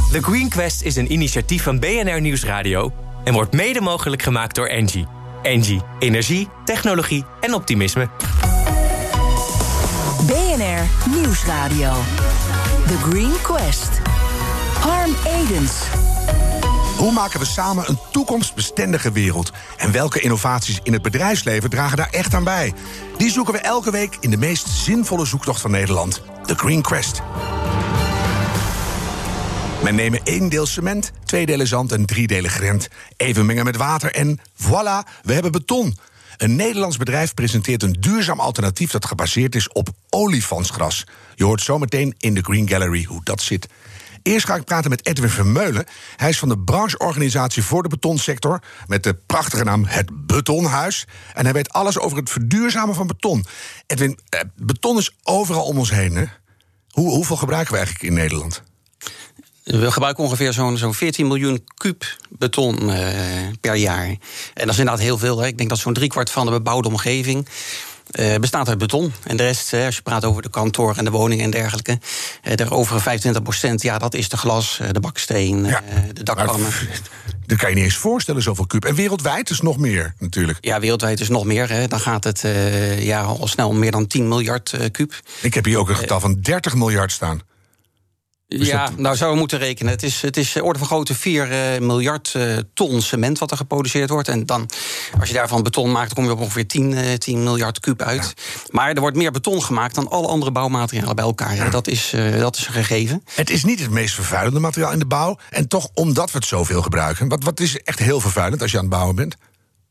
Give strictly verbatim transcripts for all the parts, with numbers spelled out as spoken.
The Green Quest is een initiatief van B N R Nieuwsradio en wordt mede mogelijk gemaakt door Engie. Engie, energie, technologie en optimisme. B N R Nieuwsradio. The Green Quest. Harm Edens. Hoe maken we samen een toekomstbestendige wereld? En welke innovaties in het bedrijfsleven dragen daar echt aan bij? Die zoeken we elke week in de meest zinvolle zoektocht van Nederland. The Green Quest. We nemen één deel cement, twee delen zand en drie delen grint. Even mengen met water en voilà, we hebben beton. Een Nederlands bedrijf presenteert een duurzaam alternatief dat gebaseerd is op olifantsgras. Je hoort zometeen in de Green Gallery hoe dat zit. Eerst ga ik praten met Edwin Vermeulen. Hij is van de brancheorganisatie voor de betonsector, met de prachtige naam Het Betonhuis. En hij weet alles over het verduurzamen van beton. Edwin, eh, beton is overal om ons heen, hè? Hoe, hoeveel gebruiken we eigenlijk in Nederland? We gebruiken ongeveer zo'n zo'n veertien miljoen kuub beton uh, per jaar. En dat is inderdaad heel veel. Hè. Ik denk dat zo'n driekwart van de bebouwde omgeving Uh, bestaat uit beton. En de rest, uh, als je praat over de kantoren en de woningen en dergelijke, uh, de overige vijfentwintig procent, ja, dat is de glas, uh, de baksteen, uh, ja, de dakpannen. Dat kan je niet eens voorstellen, zoveel kuub. En wereldwijd is nog meer, natuurlijk. Ja, wereldwijd is nog meer. Hè. Dan gaat het uh, ja, al snel meer dan tien miljard uh, kuub. Ik heb hier ook een getal van dertig miljard staan. Dus ja, dat... nou zouden we moeten rekenen. Het is, het is orde van grootte vier uh, miljard uh, ton cement wat er geproduceerd wordt. En dan, als je daarvan beton maakt, dan kom je op ongeveer tien, uh, tien miljard kuub uit. Ja. Maar er wordt meer beton gemaakt dan alle andere bouwmaterialen bij elkaar. Ja. Dat, is, uh, dat is een gegeven. Het is niet het meest vervuilende materiaal in de bouw. En toch, omdat we het zoveel gebruiken. Wat, wat is echt heel vervuilend als je aan het bouwen bent?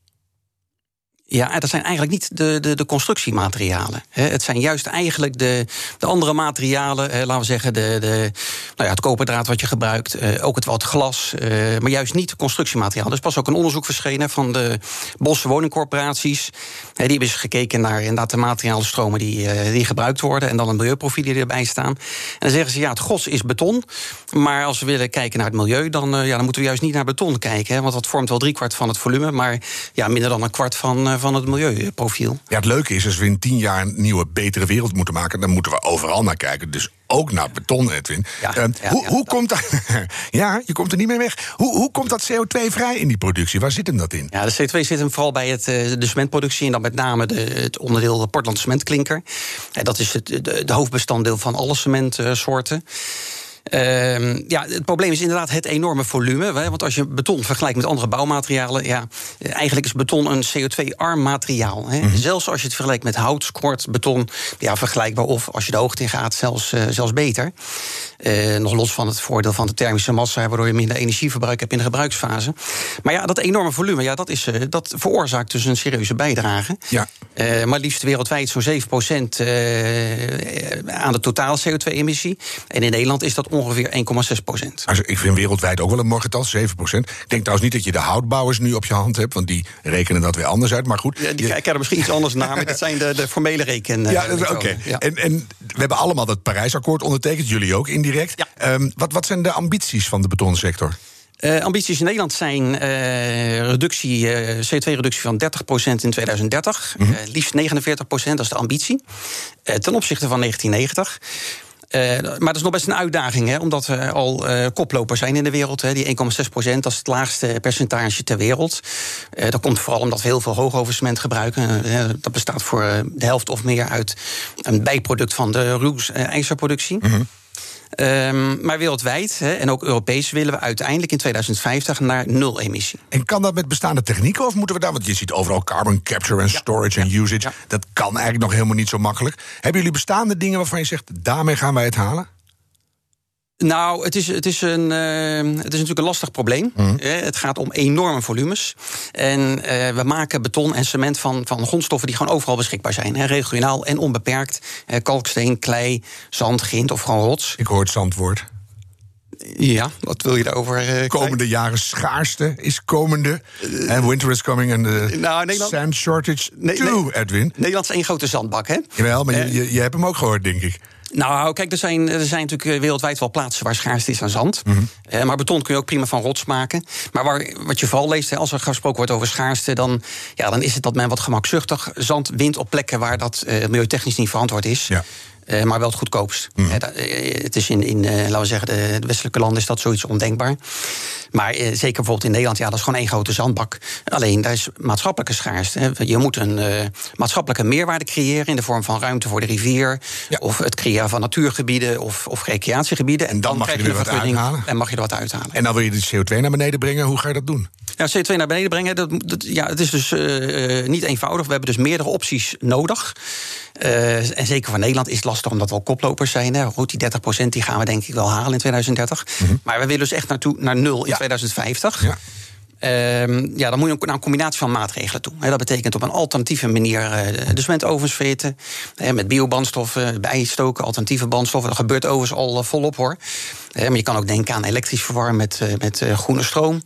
Ja, dat zijn eigenlijk niet de, de, de constructiematerialen. Het zijn juist eigenlijk de, de andere materialen, laten we zeggen, de, de, nou ja, het koperdraad wat je gebruikt, ook het wat glas, maar juist niet de constructiematerialen. Er is pas ook een onderzoek verschenen van de Bosse woningcorporaties. Die hebben eens gekeken naar inderdaad de materiaalstromen die, die gebruikt worden en dan een milieuprofiel die erbij staan. En dan zeggen ze, ja, het gros is beton, maar als we willen kijken naar het milieu, dan, ja, dan moeten we juist niet naar beton kijken. Hè, want dat vormt wel driekwart van het volume, maar ja, minder dan een kwart van van het milieuprofiel. Ja, het leuke is, als we in tien jaar een nieuwe, betere wereld moeten maken, dan moeten we overal naar kijken. Dus ook naar beton, Edwin. Ja, uh, ja, hoe, ja, hoe komt dat? Ja, je komt er niet mee weg. Hoe, hoe komt dat C O twee vrij in die productie? Waar zit hem dat in? Ja, de C O twee zit hem vooral bij het, de cementproductie en dan met name de, het onderdeel de Portland cementklinker. Ja, dat is het de, de hoofdbestanddeel van alle cementsoorten. Uh, ja, het probleem is inderdaad het enorme volume. Hè, want als je beton vergelijkt met andere bouwmaterialen, ja, eigenlijk is beton een C O twee arm materiaal. Hè. Mm-hmm. Zelfs als je het vergelijkt met hout, scoort beton ja, vergelijkbaar, of als je de hoogte in gaat, zelfs, uh, zelfs beter. Uh, nog los van het voordeel van de thermische massa, waardoor je minder energieverbruik hebt in de gebruiksfase. Maar ja, dat enorme volume, ja, dat, is, uh, dat veroorzaakt dus een serieuze bijdrage. Ja. Uh, maar liefst wereldwijd zo'n zeven procent uh, aan de totale C O twee emissie. En in Nederland is dat ongeveer één komma zes procent. Also, ik vind wereldwijd ook wel een mooi getal, zeven procent. Ik denk trouwens niet dat je de houtbouwers nu op je hand hebt, want die rekenen dat weer anders uit. Maar goed. Ja, die je... kijken er misschien iets anders naar, maar dat zijn de, de formele reken. Ja, oké. Okay. Ja. En, en we hebben allemaal dat Parijsakkoord ondertekend, jullie ook indirect. Ja. Um, wat, wat zijn de ambities van de betonsector? Uh, ambities in Nederland zijn uh, reductie, uh, C O twee reductie van dertig procent in tweeduizend dertig. Mm-hmm. Uh, liefst negenenveertig procent, dat is de ambitie. Uh, ten opzichte van negentien negentig. Uh, maar dat is nog best een uitdaging, hè, omdat we al uh, koploper zijn in de wereld. Hè, die één komma zes procent, dat is het laagste percentage ter wereld. Uh, dat komt vooral omdat we heel veel hoogovercement gebruiken. Uh, dat bestaat voor uh, de helft of meer uit een bijproduct van de ruws-ijzerproductie. Mm-hmm. Um, maar wereldwijd, he, en ook Europees, willen we uiteindelijk in tweeduizend vijftig naar nul emissie. En kan dat met bestaande technieken, of moeten we daar, want je ziet overal carbon capture en ja. storage en ja. usage. Ja. Dat kan eigenlijk nog helemaal niet zo makkelijk. Hebben jullie bestaande dingen waarvan je zegt, daarmee gaan wij het halen? Nou, het is, het, is een, uh, het is natuurlijk een lastig probleem. Mm. Uh, het gaat om enorme volumes. En uh, we maken beton en cement van, van grondstoffen die gewoon overal beschikbaar zijn. Hè, regionaal en onbeperkt. Uh, kalksteen, klei, zand, grind of gewoon rots. Ik hoor het zandwoord. Ja, wat wil je daarover? Uh, komende jaren schaarste is komende. En uh, winter is coming and the nou, Nederland, sand shortage nee, too, nee, Edwin. Nederland is één grote zandbak, hè? Jawel, maar uh, je, je hebt hem ook gehoord, denk ik. Nou, kijk, er zijn, er zijn natuurlijk wereldwijd wel plaatsen waar schaarste is aan zand. Mm-hmm. Uh, maar beton kun je ook prima van rots maken. Maar waar, wat je vooral leest, als er gesproken wordt over schaarste, dan, ja, dan is het dat men wat gemakzuchtig zand wint op plekken waar dat uh, milieutechnisch niet verantwoord is. Ja. Uh, maar wel het goedkoopst. Mm. Uh, dat, uh, het is in, in uh, laten we zeggen, de, de westelijke landen is dat zoiets ondenkbaar. Maar uh, zeker bijvoorbeeld in Nederland, ja, dat is gewoon één grote zandbak. Alleen, daar is maatschappelijke schaarste. Hè. Je moet een uh, maatschappelijke meerwaarde creëren in de vorm van ruimte voor de rivier, ja. of het creëren van natuurgebieden of, of recreatiegebieden. En, en dan, dan mag je er wat uithalen. En mag je er wat uithalen. En dan wil je de C O twee naar beneden brengen. Hoe ga je dat doen? Ja, C O twee naar beneden brengen, dat, dat, ja, het is dus uh, niet eenvoudig. We hebben dus meerdere opties nodig. Uh, en zeker voor Nederland is het lastig omdat we al koplopers zijn. Hè. Goed, die dertig procent die gaan we denk ik wel halen in tweeduizend dertig. Mm-hmm. Maar we willen dus echt naartoe, naar nul in ja. tweeduizend vijftig. Ja. Um, ja, dan moet je naar een combinatie van maatregelen toe. He, dat betekent op een alternatieve manier uh, de cementovens vreten. He, met biobrandstoffen, bijstoken, alternatieve brandstoffen. Dat gebeurt overigens al uh, volop, hoor. He, maar je kan ook denken aan elektrisch verwarmen met, uh, met uh, groene stroom.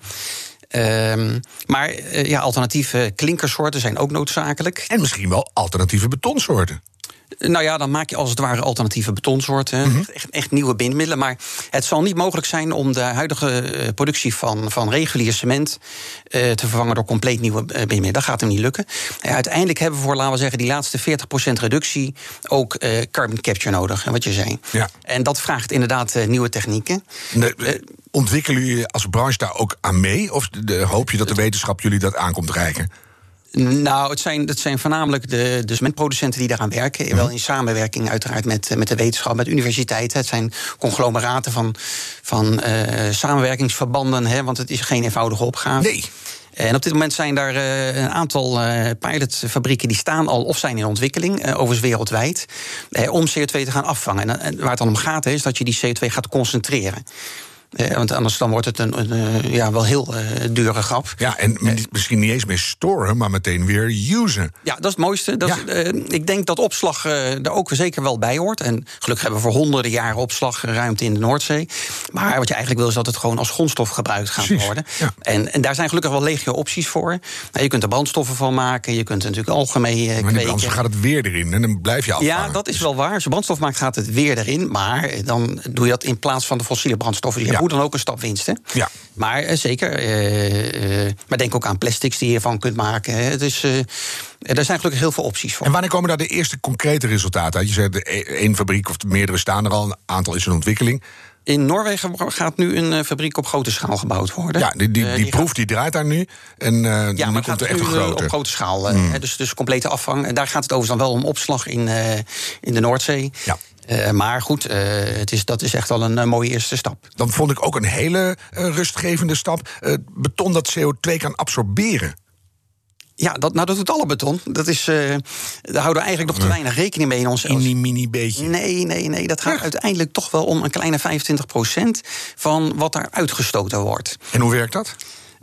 Um, maar uh, ja, alternatieve klinkersoorten zijn ook noodzakelijk. En misschien wel alternatieve betonsoorten. Nou ja, dan maak je als het ware alternatieve betonsoorten. Mm-hmm. Echt, echt nieuwe bindmiddelen. Maar het zal niet mogelijk zijn om de huidige uh, productie van, van regulier cement uh, te vervangen door compleet nieuwe uh, bindmiddelen. Dat gaat hem niet lukken. Uh, uiteindelijk hebben we voor, laten we zeggen, die laatste veertig procent reductie ook uh, carbon capture nodig, wat je zei. Ja. En dat vraagt inderdaad uh, nieuwe technieken. Nee, uh, ontwikkelen jullie als branche daar ook aan mee? Of de, de, hoop je dat de wetenschap jullie dat aan komt reiken? Nou, het zijn, het zijn voornamelijk de, de cementproducenten die daaraan werken. Mm-hmm. Wel in samenwerking uiteraard met, met de wetenschap, met universiteiten. Het zijn conglomeraten van, van uh, samenwerkingsverbanden, hè, want het is geen eenvoudige opgave. Nee. En op dit moment zijn daar uh, een aantal uh, pilotfabrieken die staan al of zijn in ontwikkeling, uh, overigens wereldwijd, uh, om C O twee te gaan afvangen. En, en waar het dan om gaat is dat je die C O twee gaat concentreren. Eh, want anders dan wordt het een, een, een ja, wel heel uh, dure grap. Ja, en eh. misschien niet eens meer storen, maar meteen weer usen. Ja, dat is het mooiste. Dat ja. is, uh, ik denk dat opslag uh, er ook zeker wel bij hoort. En gelukkig hebben we voor honderden jaren opslagruimte in de Noordzee. Maar wat je eigenlijk wil is dat het gewoon als grondstof gebruikt gaat Precies. worden. Ja. En, en daar zijn gelukkig wel legio opties voor. Nou, je kunt er brandstoffen van maken, je kunt er natuurlijk algemeen uh, kweken. Maar anders gaat het weer erin en dan blijf je afvangen. Ja, dat is wel waar. Als je brandstof maakt, gaat het weer erin. Maar dan doe je dat in plaats van de fossiele brandstoffen. Die ja. Hoe dan ook een stap winst, hè? Ja. Maar uh, zeker. Uh, uh, maar denk ook aan plastics die je ervan kunt maken. Hè. Dus, uh, er zijn gelukkig heel veel opties voor. En wanneer komen daar de eerste concrete resultaten uit? Je zei, één fabriek of meerdere staan er al, een aantal is in ontwikkeling. In Noorwegen gaat nu een uh, fabriek op grote schaal gebouwd worden. Ja, die, die, die, uh, die proef gaat... die draait daar nu. En uh, ja, maar komt er echt een grote. op grote schaal. Uh, mm. Dus, dus complete afvang. En daar gaat het overigens dan wel om opslag in, uh, in de Noordzee. Ja. Uh, maar goed, uh, het is, dat is echt wel een uh, mooie eerste stap. Dan vond ik ook een hele uh, rustgevende stap. Uh, beton dat C O twee kan absorberen. Ja, dat, nou, dat doet alle beton. Dat is, uh, daar houden we eigenlijk nog te weinig rekening mee in ons. Mini, mini beetje. Nee, nee, nee. Dat gaat ja. uiteindelijk toch wel om een kleine vijfentwintig procent van wat daar uitgestoten wordt. En hoe werkt dat?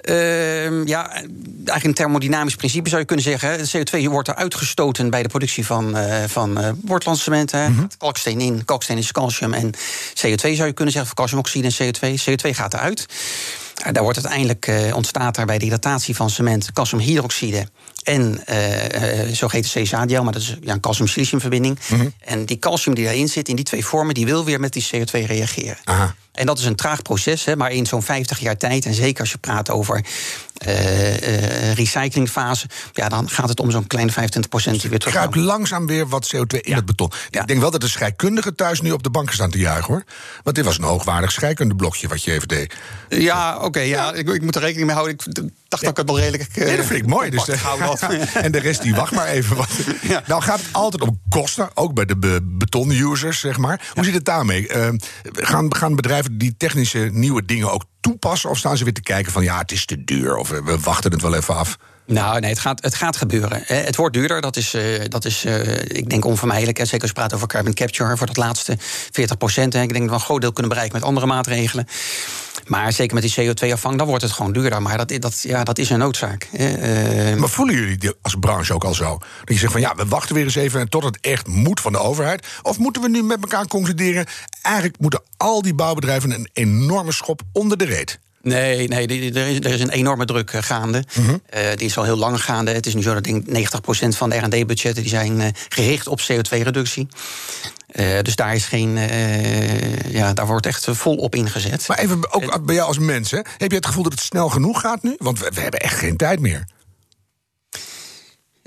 Uh, ja, eigenlijk een thermodynamisch principe zou je kunnen zeggen. De C O twee wordt er uitgestoten bij de productie van, uh, van uh, wortlandcement. Mm-hmm. Kalksteen in, kalksteen is calcium en C O twee zou je kunnen zeggen, calciumoxide en C O twee. C O twee gaat eruit. Uh, daar wordt uiteindelijk uh, ontstaat er bij de hydratatie van cement calciumhydroxide en uh, uh, zogeheten C S A-dial, maar dat is ja, een calcium-siliciumverbinding. Mm-hmm. En die calcium die daarin zit, in die twee vormen, die wil weer met die C O twee reageren. Aha. En dat is een traag proces, hè, maar in zo'n vijftig jaar tijd, en zeker als je praat over uh, uh, recyclingfase, ja, dan gaat het om zo'n kleine vijfentwintig procent die weer terug. Er kruipt langzaam weer wat C O twee in ja. het beton. Ja. Ik denk wel dat de scheikundigen thuis nu op de banken staan te juichen, hoor. Want dit was een hoogwaardig scheikundeblokje wat je even deed. Ja, oké, okay, ja, ik, ik moet er rekening mee houden. Ik dacht ja. dat ik het wel redelijk. Uh, nee, dat vind ik mooi. Dus en de rest die wacht maar even wat. Ja. Nou gaat het altijd om kosten, ook bij de be- beton-users, zeg maar. Hoe ja. zit het daarmee? Uh, gaan, gaan bedrijven die technische nieuwe dingen ook toepassen? Of staan ze weer te kijken van ja, het is te duur, of we wachten het wel even af? Nou, nee, het gaat, het gaat gebeuren. Het wordt duurder, dat is, uh, dat is uh, ik denk onvermijdelijk. En zeker als je praat over carbon capture, voor dat laatste veertig procent. Ik denk dat we een groot deel kunnen bereiken met andere maatregelen. Maar zeker met die C O twee afvang, dan wordt het gewoon duurder. Maar dat, dat, ja, dat is een noodzaak. Uh, maar voelen jullie als branche ook al zo? Dat je zegt van ja, we wachten weer eens even tot het echt moet van de overheid? Of moeten we nu met elkaar concluderen, eigenlijk moeten al die bouwbedrijven een enorme schop onder de reet? Nee, nee, er is, er is een enorme druk gaande. Mm-hmm. Uh, die is al heel lang gaande. Het is nu zo dat ik denk negentig procent van de R en D-budgetten die zijn uh, gericht op C O twee reductie. Uh, dus daar is geen, uh, ja, daar wordt echt vol op ingezet. Maar even ook uh, bij jou als mens, hè? Heb je het gevoel dat het snel genoeg gaat nu? Want we, we hebben echt geen tijd meer.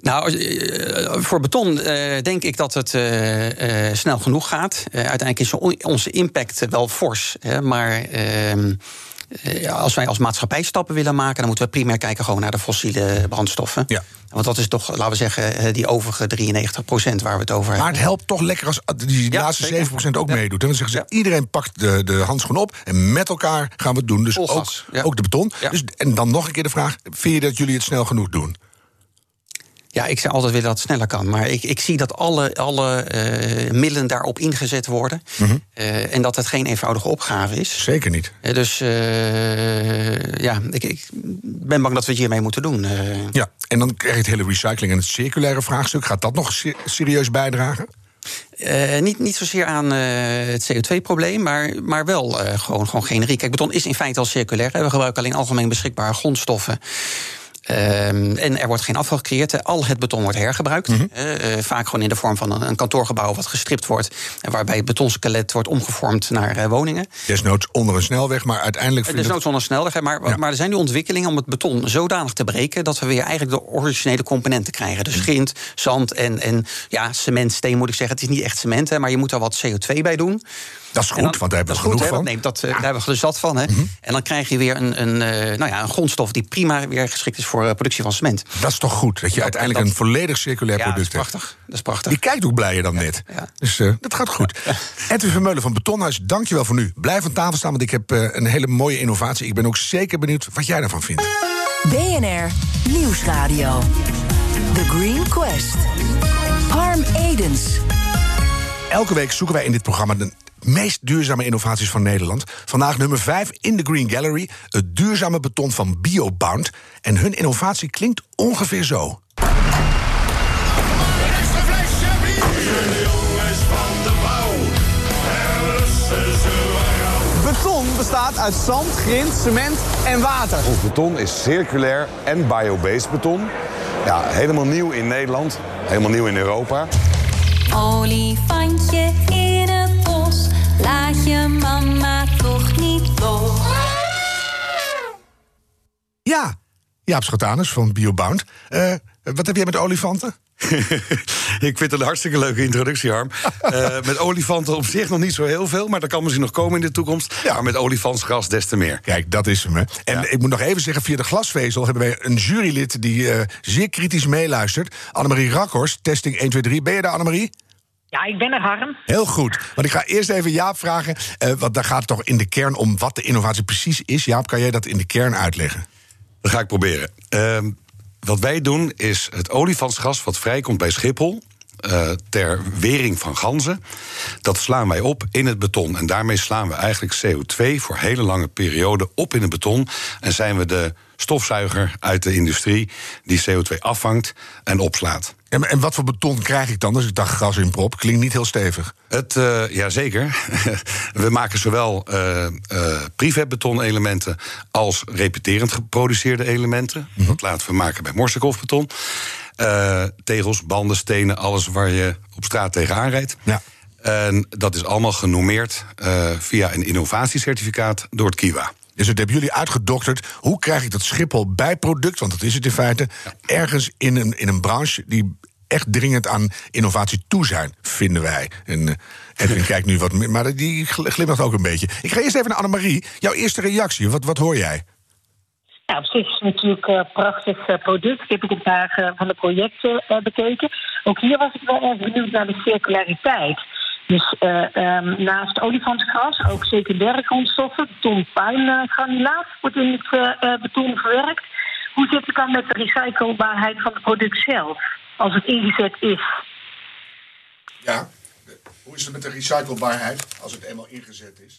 Nou, voor beton uh, denk ik dat het uh, uh, snel genoeg gaat. Uh, uiteindelijk is onze impact wel fors. Hè, maar uh, uh, als wij als maatschappij stappen willen maken, dan moeten we primair kijken gewoon naar de fossiele brandstoffen. Ja. Want dat is toch, laten we zeggen, die overige drieënnegentig procent waar we het over hebben. Maar het helpt toch lekker als die ja, laatste zeven procent ook ja. meedoet. En dan zeggen ze, ja. iedereen pakt de, de handschoen op en met elkaar gaan we het doen. Dus ook, ja. ook de beton. Ja. Dus, en dan nog een keer de vraag, vind je dat jullie het snel genoeg doen? Ja, ik zou altijd willen dat het sneller kan. Maar ik, ik zie dat alle, alle uh, middelen daarop ingezet worden. Mm-hmm. Uh, en dat het geen eenvoudige opgave is. Zeker niet. Uh, dus uh, ja, ik, ik ben bang dat we het hiermee moeten doen. Uh. Ja, en dan krijg je het hele recycling en het circulaire vraagstuk. Gaat dat nog serieus bijdragen? Uh, niet, niet zozeer aan uh, het C O twee probleem, maar, maar wel uh, gewoon, gewoon generiek. Kijk, beton is in feite al circulair. We gebruiken alleen algemeen beschikbare grondstoffen. Um, en er wordt geen afval gecreëerd. Al het beton wordt hergebruikt. Mm-hmm. Uh, vaak gewoon in de vorm van een, een kantoorgebouw wat gestript wordt. En waarbij het betonskelet wordt omgevormd naar uh, woningen. Desnoods onder een snelweg, maar uiteindelijk... Desnoods het... onder een snelweg, maar, ja. maar er zijn nu ontwikkelingen om het beton zodanig te breken dat we weer eigenlijk de originele componenten krijgen. Dus grind, zand en, en ja, cement, steen moet ik zeggen. Het is niet echt cement, hè, maar je moet er wat C O twee bij doen. Dat is goed, dan, want daar hebben we genoeg goed, van. Hè, neemt dat, ja. Daar hebben we dus zat van. Hè. Mm-hmm. En dan krijg je weer een, een, uh, nou ja, een grondstof die prima weer geschikt is voor uh, productie van cement. Dat is toch goed, dat je ja, uiteindelijk dat, een volledig circulair ja, product hebt. Ja, dat is prachtig. Dat is prachtig. Je kijkt ook blijer dan ja, net. Ja. Dus uh, dat gaat goed. Ja. Edwin Vermeulen van Betonhuis, dankjewel voor nu. Blijf aan tafel staan, want ik heb uh, een hele mooie innovatie. Ik ben ook zeker benieuwd wat jij daarvan vindt. B N R Nieuwsradio. The Green Quest. Harm Edens. Elke week zoeken wij in dit programma de meest duurzame innovaties van Nederland. Vandaag nummer vijf in de Green Gallery. Het duurzame beton van BioBound. En hun innovatie klinkt ongeveer zo. Beton bestaat uit zand, grind, cement en water. Ons beton is circulair en biobased beton. Ja, helemaal nieuw in Nederland, helemaal nieuw in Europa. Olifantje in het bos, laat je mama toch niet los. Ja, Jaap Schotanus van BioBound. Uh, wat heb jij met olifanten? Ik vind het een hartstikke leuke introductie, Harm. uh, met olifanten op zich nog niet zo heel veel, maar dat kan misschien nog komen in de toekomst. Ja. Maar met olifantsgras des te meer. Kijk, dat is hem. Hè. En ja. ik moet nog even zeggen, via de glasvezel hebben wij een jurylid die uh, zeer kritisch meeluistert. Annemarie Rakhorst, testing één, twee, drie. Ben je daar, Annemarie? Ja, ik ben er, Harm. Heel goed. Want ik ga eerst even Jaap vragen, uh, want daar gaat het toch in de kern om wat de innovatie precies is. Jaap, kan jij dat in de kern uitleggen? Dat ga ik proberen. Uh, Wat wij doen is het olifantsgas wat vrijkomt bij Schiphol, Uh, ter wering van ganzen. Dat slaan wij op in het beton. En daarmee slaan we eigenlijk C O twee voor hele lange perioden op in het beton. En zijn we de stofzuiger uit de industrie die C O twee afvangt en opslaat. En, en wat voor beton krijg ik dan als ik daar gas in prop? Klinkt niet heel stevig. Het, uh, jazeker. We maken zowel uh, uh, prefab-betonelementen als repeterend geproduceerde elementen. Mm-hmm. Dat laten we maken bij Morsikoff beton. Uh, tegels, banden, stenen, alles waar je op straat tegenaan rijdt. Ja. En dat is allemaal genormeerd uh, via een innovatiecertificaat door het Kiwa. Dus dat hebben jullie uitgedokterd. Hoe krijg ik dat Schiphol bijproduct, want dat is het in feite, ja. ergens in een, in een branche die echt dringend aan innovatie toe zijn, vinden wij. En uh, Edwin kijkt nu wat meer, maar die glimlacht ook een beetje. Ik ga eerst even naar Annemarie. Jouw eerste reactie, wat, wat hoor jij? Ja, op zich is het natuurlijk een uh, prachtig uh, product. Ik heb ook een paar uh, van de projecten uh, bekeken. Ook hier was ik wel erg benieuwd naar de circulariteit. Dus uh, um, naast olifantsgras, ook secundaire grondstoffen, beton-puingranulaat wordt in het uh, uh, beton verwerkt. Hoe zit het dan met de recyclebaarheid van het product zelf, als het ingezet is? Ja, hoe is het met de recyclebaarheid als het eenmaal ingezet is?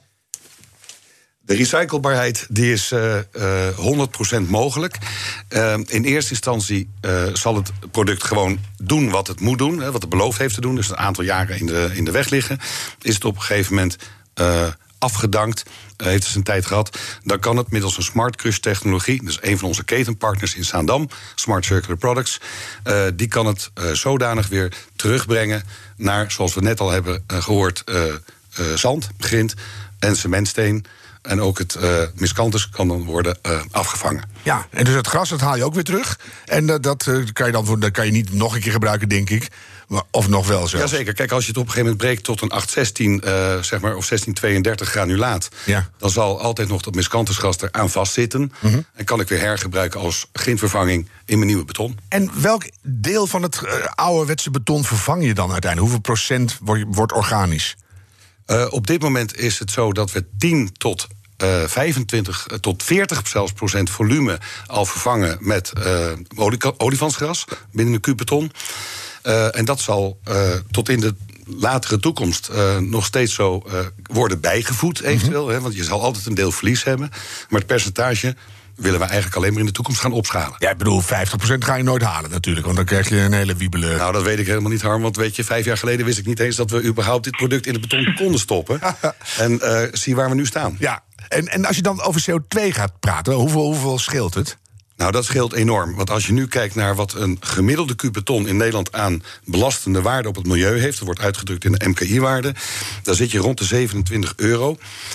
De recyclebaarheid die is uh, uh, honderd procent mogelijk. Uh, in eerste instantie uh, zal het product gewoon doen wat het moet doen, hè, wat het beloofd heeft te doen. Dus een aantal jaren in de, in de weg liggen. Is het op een gegeven moment uh, afgedankt, uh, heeft het zijn tijd gehad. Dan kan het middels een Smart Crush technologie, dus een van onze ketenpartners in Zaandam, Smart Circular Products, uh, die kan het uh, zodanig weer terugbrengen naar, zoals we net al hebben uh, gehoord, uh, uh, zand, grind en cementsteen. En ook het uh, miskantus kan dan worden uh, afgevangen. Ja, en dus het gras, dat haal je ook weer terug. En uh, dat, uh, kan je dan, dat kan je niet nog een keer gebruiken, denk ik. Maar, of nog wel zelfs. Jazeker. Kijk, als je het op een gegeven moment breekt tot een acht zestien, uh, zeg maar, of zestien tweeëndertig granulaat, ja. dan zal altijd nog dat miskantusgras eraan vastzitten. Mm-hmm. En kan ik weer hergebruiken als grindvervanging in mijn nieuwe beton. En welk deel van het uh, ouderwetse beton vervang je dan uiteindelijk? Hoeveel procent wordt, wordt organisch? Uh, op dit moment is het zo dat we tien tot Uh, vijfentwintig tot veertig zelfs procent volume al vervangen met uh, olika- olifantsgras binnen een kuub beton. Uh, en dat zal uh, tot in de latere toekomst uh, nog steeds zo uh, worden bijgevoed eventueel. Mm-hmm. Hè, want je zal altijd een deel verlies hebben. Maar het percentage willen we eigenlijk alleen maar in de toekomst gaan opschalen. Ja, ik bedoel, vijftig procent ga je nooit halen natuurlijk, want dan krijg je een hele wiebele. Nou, dat weet ik helemaal niet, Harm, want weet je, vijf jaar geleden wist ik niet eens dat we überhaupt dit product in het beton konden stoppen. En uh, zie waar we nu staan. Ja, en, en als je dan over C O twee gaat praten, hoeveel, hoeveel scheelt het? Nou, dat scheelt enorm. Want als je nu kijkt naar wat een gemiddelde kuub beton in Nederland aan belastende waarde op het milieu heeft, dat wordt uitgedrukt in de M K I-waarde, dan zit je rond de zevenentwintig euro.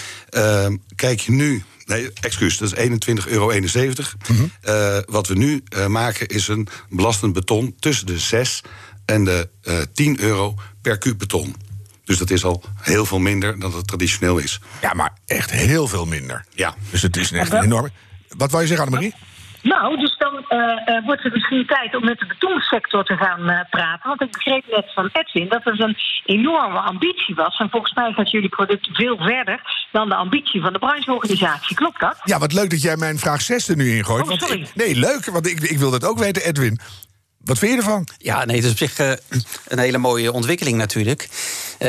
Uh, kijk je nu. Nee, excuus, dat is eenentwintig euro eenenzeventig. Mm-hmm. Uh, wat we nu uh, maken is een belastend beton tussen de zes en de uh, tien euro per kuub beton. Dus dat is al heel veel minder dan het traditioneel is. Ja, maar echt heel veel minder. Ja. Dus het is echt een enorme. Wat wou je zeggen, Annemarie? Nou, dus dan uh, uh, wordt het misschien tijd om met de betonsector te gaan uh, praten. Want ik begreep net van Edwin dat er een enorme ambitie was. En volgens mij gaat jullie product veel verder dan de ambitie van de brancheorganisatie. Klopt dat? Ja, wat leuk dat jij mijn vraag zes er nu ingooit. Oh, sorry. Want ik, nee, leuk, want ik, ik wil dat ook weten, Edwin. Wat vind je ervan? Ja, nee, het is op zich uh, een hele mooie ontwikkeling natuurlijk. Uh,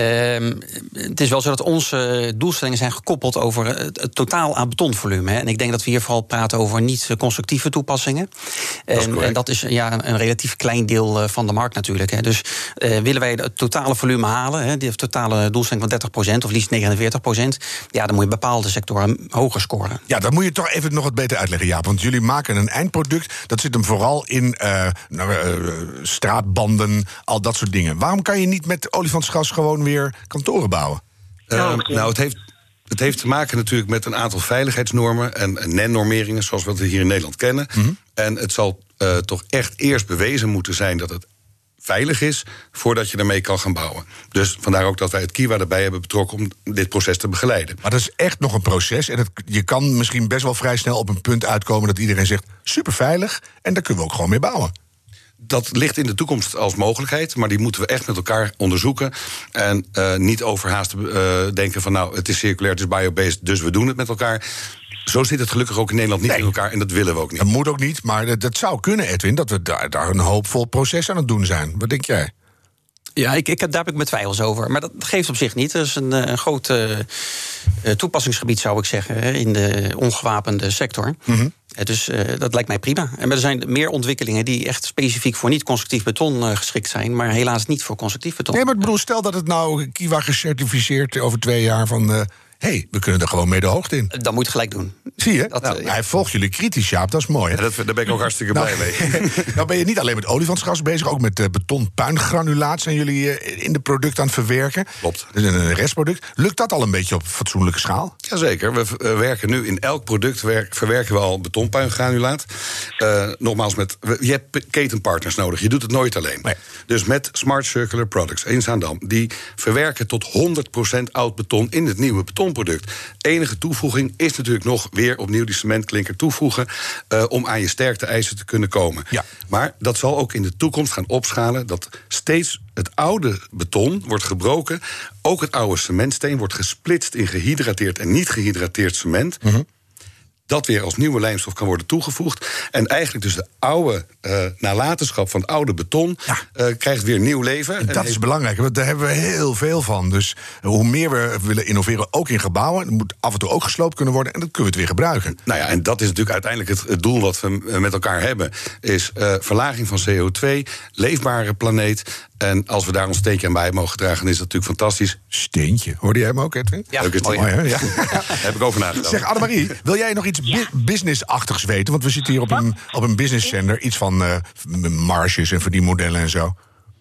het is wel zo dat onze doelstellingen zijn gekoppeld over het, het totaal aan betonvolume. Hè. En ik denk dat we hier vooral praten over niet-constructieve toepassingen. Dat en, en dat is ja, een, een relatief klein deel van de markt natuurlijk. Hè. Dus uh, willen wij het totale volume halen, hè, die totale doelstelling van dertig procent of liefst negenenveertig procent, ja, dan moet je bepaalde sectoren hoger scoren. Ja, dan moet je toch even nog wat beter uitleggen, Jaap. Want jullie maken een eindproduct, dat zit hem vooral in Uh, nou, uh, straatbanden, al dat soort dingen. Waarom kan je niet met olifantsgas gewoon weer kantoren bouwen? Uh, nou, het heeft, het heeft te maken natuurlijk met een aantal veiligheidsnormen en, en N E N-normeringen, zoals we het hier in Nederland kennen. Mm-hmm. En het zal uh, toch echt eerst bewezen moeten zijn dat het veilig is voordat je daarmee kan gaan bouwen. Dus vandaar ook dat wij het Kiwa erbij hebben betrokken om dit proces te begeleiden. Maar dat is echt nog een proces. En het, je kan misschien best wel vrij snel op een punt uitkomen dat iedereen zegt super veilig en daar kunnen we ook gewoon mee bouwen. Dat ligt in de toekomst als mogelijkheid, maar die moeten we echt met elkaar onderzoeken. En uh, niet overhaast uh, denken van nou, het is circulair, het is biobased, dus we doen het met elkaar. Zo zit het gelukkig ook in Nederland niet nee. in elkaar en dat willen we ook niet. Dat moet ook niet, maar dat, dat zou kunnen, Edwin, dat we daar, daar een hoopvol proces aan het doen zijn. Wat denk jij? Ja, ik, ik, daar heb ik mijn twijfels over. Maar dat geeft op zich niet. Dat is een, een groot uh, toepassingsgebied, zou ik zeggen, in de ongewapende sector. Mm-hmm. Dus uh, dat lijkt mij prima. En er zijn meer ontwikkelingen die echt specifiek voor niet-constructief beton uh, geschikt zijn, maar helaas niet voor constructief beton. Nee, maar ik bedoel, stel dat het nou Kiwa gecertificeerd over twee jaar van Uh hé, hey, we kunnen er gewoon mee de hoogte in. Dat moet je gelijk doen. Zie je? Dat, nou, ja. Hij volgt jullie kritisch, Jaap, dat is mooi. Hè? Ja, dat, daar ben ik ook hartstikke nou, blij mee. Nou ben je niet alleen met olifantsgas bezig, ook met uh, betonpuingranulaat zijn jullie uh, in de product aan het verwerken. Klopt. Dus een restproduct. Lukt dat al een beetje op fatsoenlijke schaal? Jazeker. We uh, werken nu in elk product werk, verwerken we al betonpuingranulaat. Uh, nogmaals, met, je hebt ketenpartners nodig. Je doet het nooit alleen. Nee. Dus met Smart Circular Products in Zaandam, die verwerken tot honderd procent oud beton in het nieuwe betonproduct. Enige toevoeging is natuurlijk nog weer opnieuw die cementklinker toevoegen Uh, om aan je sterkte-eisen te kunnen komen. Ja. Maar dat zal ook in de toekomst gaan opschalen, dat steeds het oude beton wordt gebroken. Ook het oude cementsteen wordt gesplitst in gehydrateerd en niet gehydrateerd cement. Mm-hmm. Dat weer als nieuwe lijmstof kan worden toegevoegd. En eigenlijk dus de oude uh, nalatenschap van het oude beton ja. uh, krijgt weer nieuw leven. En dat en is belangrijk, want daar hebben we heel veel van. Dus hoe meer we willen innoveren, ook in gebouwen, dat moet af en toe ook gesloopt kunnen worden en dat kunnen we het weer gebruiken. Nou ja, en dat is natuurlijk uiteindelijk het, het doel wat we met elkaar hebben. Is uh, verlaging van C O twee, leefbare planeet. En als we daar ons steentje aan bij mogen dragen, dan is dat natuurlijk fantastisch. Steentje, hoorde jij hem ook, Edwin? Ja, leuk is mooi, hè? Ja. Daar heb ik over nagedacht. Zeg, Annemarie, wil jij nog iets ja. bu- businessachtigs weten? Want we zitten hier op een, op een business center, iets van uh, marges en verdienmodellen en zo.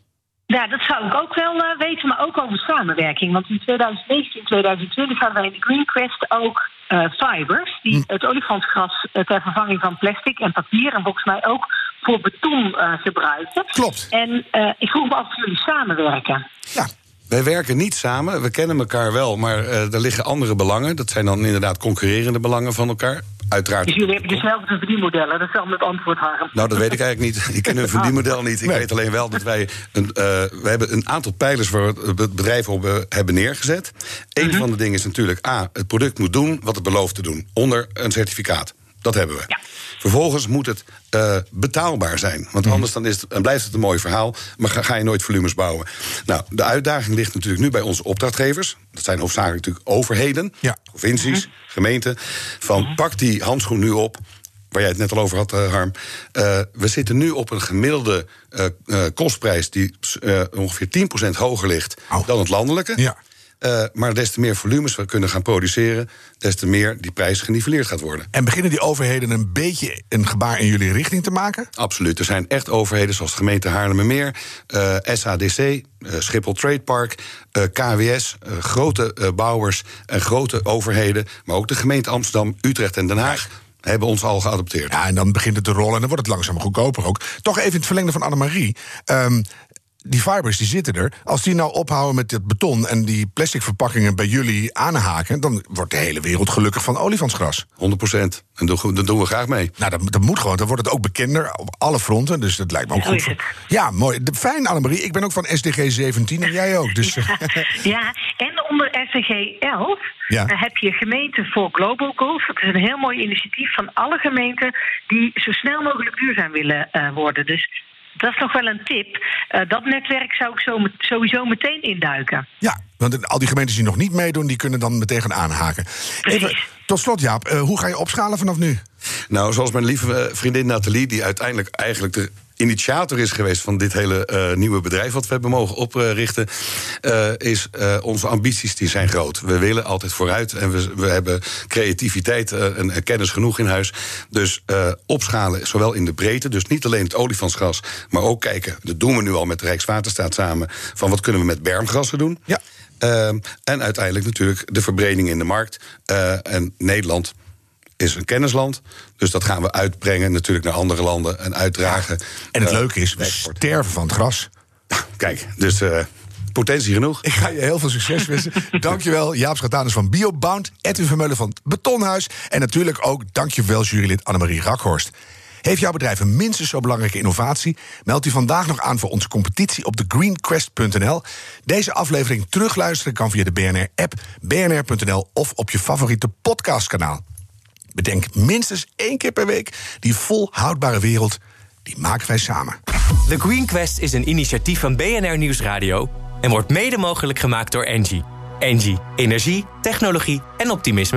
Ja, dat zou ik ook wel uh, weten, maar ook over samenwerking. Want in twintig negentien, twintig twintig hadden wij in de Green Quest ook uh, fibers... die hm. het olifantsgras uh, ter vervanging van plastic en papier... en volgens mij ook voor beton uh, gebruikten. Klopt. En uh, ik vroeg me af of jullie samenwerken. Ja. Wij werken niet samen, we kennen elkaar wel, maar uh, er liggen andere belangen. Dat zijn dan inderdaad concurrerende belangen van elkaar. Uiteraard. Dus jullie hebben dezelfde verdienmodellen, dat is dan het antwoord, Harm. Nou, dat weet ik eigenlijk niet. Ik ken hun verdienmodel niet. Ik nee. weet alleen wel dat wij een, uh, we hebben een aantal pijlers waar we het bedrijf op uh, hebben neergezet. Eén mm-hmm. van de dingen is natuurlijk, A, het product moet doen wat het belooft te doen. Onder een certificaat. Dat hebben we. Ja. Vervolgens moet het uh, betaalbaar zijn. Want anders dan is het, dan blijft het een mooi verhaal, maar ga, ga je nooit volumes bouwen. Nou, de uitdaging ligt natuurlijk nu bij onze opdrachtgevers. Dat zijn hoofdzakelijk natuurlijk overheden, ja. provincies, mm-hmm. gemeenten. Van mm-hmm. pak die handschoen nu op, waar jij het net al over had, uh, Harm. Uh, we zitten nu op een gemiddelde uh, uh, kostprijs die uh, ongeveer tien procent hoger ligt oh. dan het landelijke. Ja. Uh, maar des te meer volumes we kunnen gaan produceren, des te meer die prijs geniveleerd gaat worden. En beginnen die overheden een beetje een gebaar in jullie richting te maken? Absoluut. Er zijn echt overheden zoals de gemeente Haarlemmermeer, uh, S H D C, uh, Schiphol Trade Park, uh, K W S, uh, grote uh, bouwers en grote overheden, maar ook de gemeente Amsterdam, Utrecht en Den Haag. Ja. Hebben ons al geadopteerd. Ja, en dan begint het te rollen en dan wordt het langzaam goedkoper ook. Toch even in het verlengde van Annemarie. Um, Die fibers die zitten er. Als die nou ophouden met het beton en die plastic verpakkingen bij jullie aanhaken, dan wordt de hele wereld gelukkig van olifantsgras. honderd procent. En dat doen we graag mee. Nou, dat, dat moet gewoon. Dan wordt het ook bekender op alle fronten. Dus dat lijkt me ook goed. Voor... Ja, mooi. De, fijn, Annemarie. Ik ben ook van S D G zeventien en jij ook. Dus... Ja, ja, en onder S D G elf ja. heb je gemeenten voor Global Goals. Dat is een heel mooi initiatief van alle gemeenten die zo snel mogelijk duurzaam willen uh, worden. Dus dat is nog wel een tip. Uh, dat netwerk zou ik zo met, sowieso meteen induiken. Ja, want al die gemeentes die nog niet meedoen, die kunnen dan meteen gaan aanhaken. Even, tot slot, Jaap, uh, hoe ga je opschalen vanaf nu? Nou, zoals mijn lieve vriendin Nathalie, die uiteindelijk eigenlijk de initiator is geweest van dit hele uh, nieuwe bedrijf wat we hebben mogen oprichten, uh, is uh, onze ambities die zijn groot. We willen altijd vooruit en we, we hebben creativiteit uh, en, en kennis genoeg in huis. Dus uh, opschalen, zowel in de breedte, dus niet alleen het olifantsgras, maar ook kijken, dat doen we nu al met de Rijkswaterstaat samen, van wat kunnen we met bermgrassen doen. Ja. Uh, en uiteindelijk natuurlijk de verbreding in de markt. Uh, en Nederland is een kennisland, dus dat gaan we uitbrengen natuurlijk naar andere landen en uitdragen. Ja, en het uh, leuke is, we export. sterven van het gras. Kijk, dus uh, potentie genoeg. Ik ga je heel veel succes wensen. Dankjewel, Jaap Schattanus van BioBound, Edwin Vermeulen van het Betonhuis en natuurlijk ook dankjewel jurylid Annemarie Rakhorst. Heeft jouw bedrijf een minstens zo belangrijke innovatie? Meld u vandaag nog aan voor onze competitie op de green quest punt n l. Deze aflevering terugluisteren kan via de B N R-app, b n r punt n l of op je favoriete podcastkanaal. Bedenk minstens één keer per week die volhoudbare wereld, die maken wij samen. The Green Quest is een initiatief van B N R Nieuwsradio en wordt mede mogelijk gemaakt door Engie. Engie, energie, technologie en optimisme.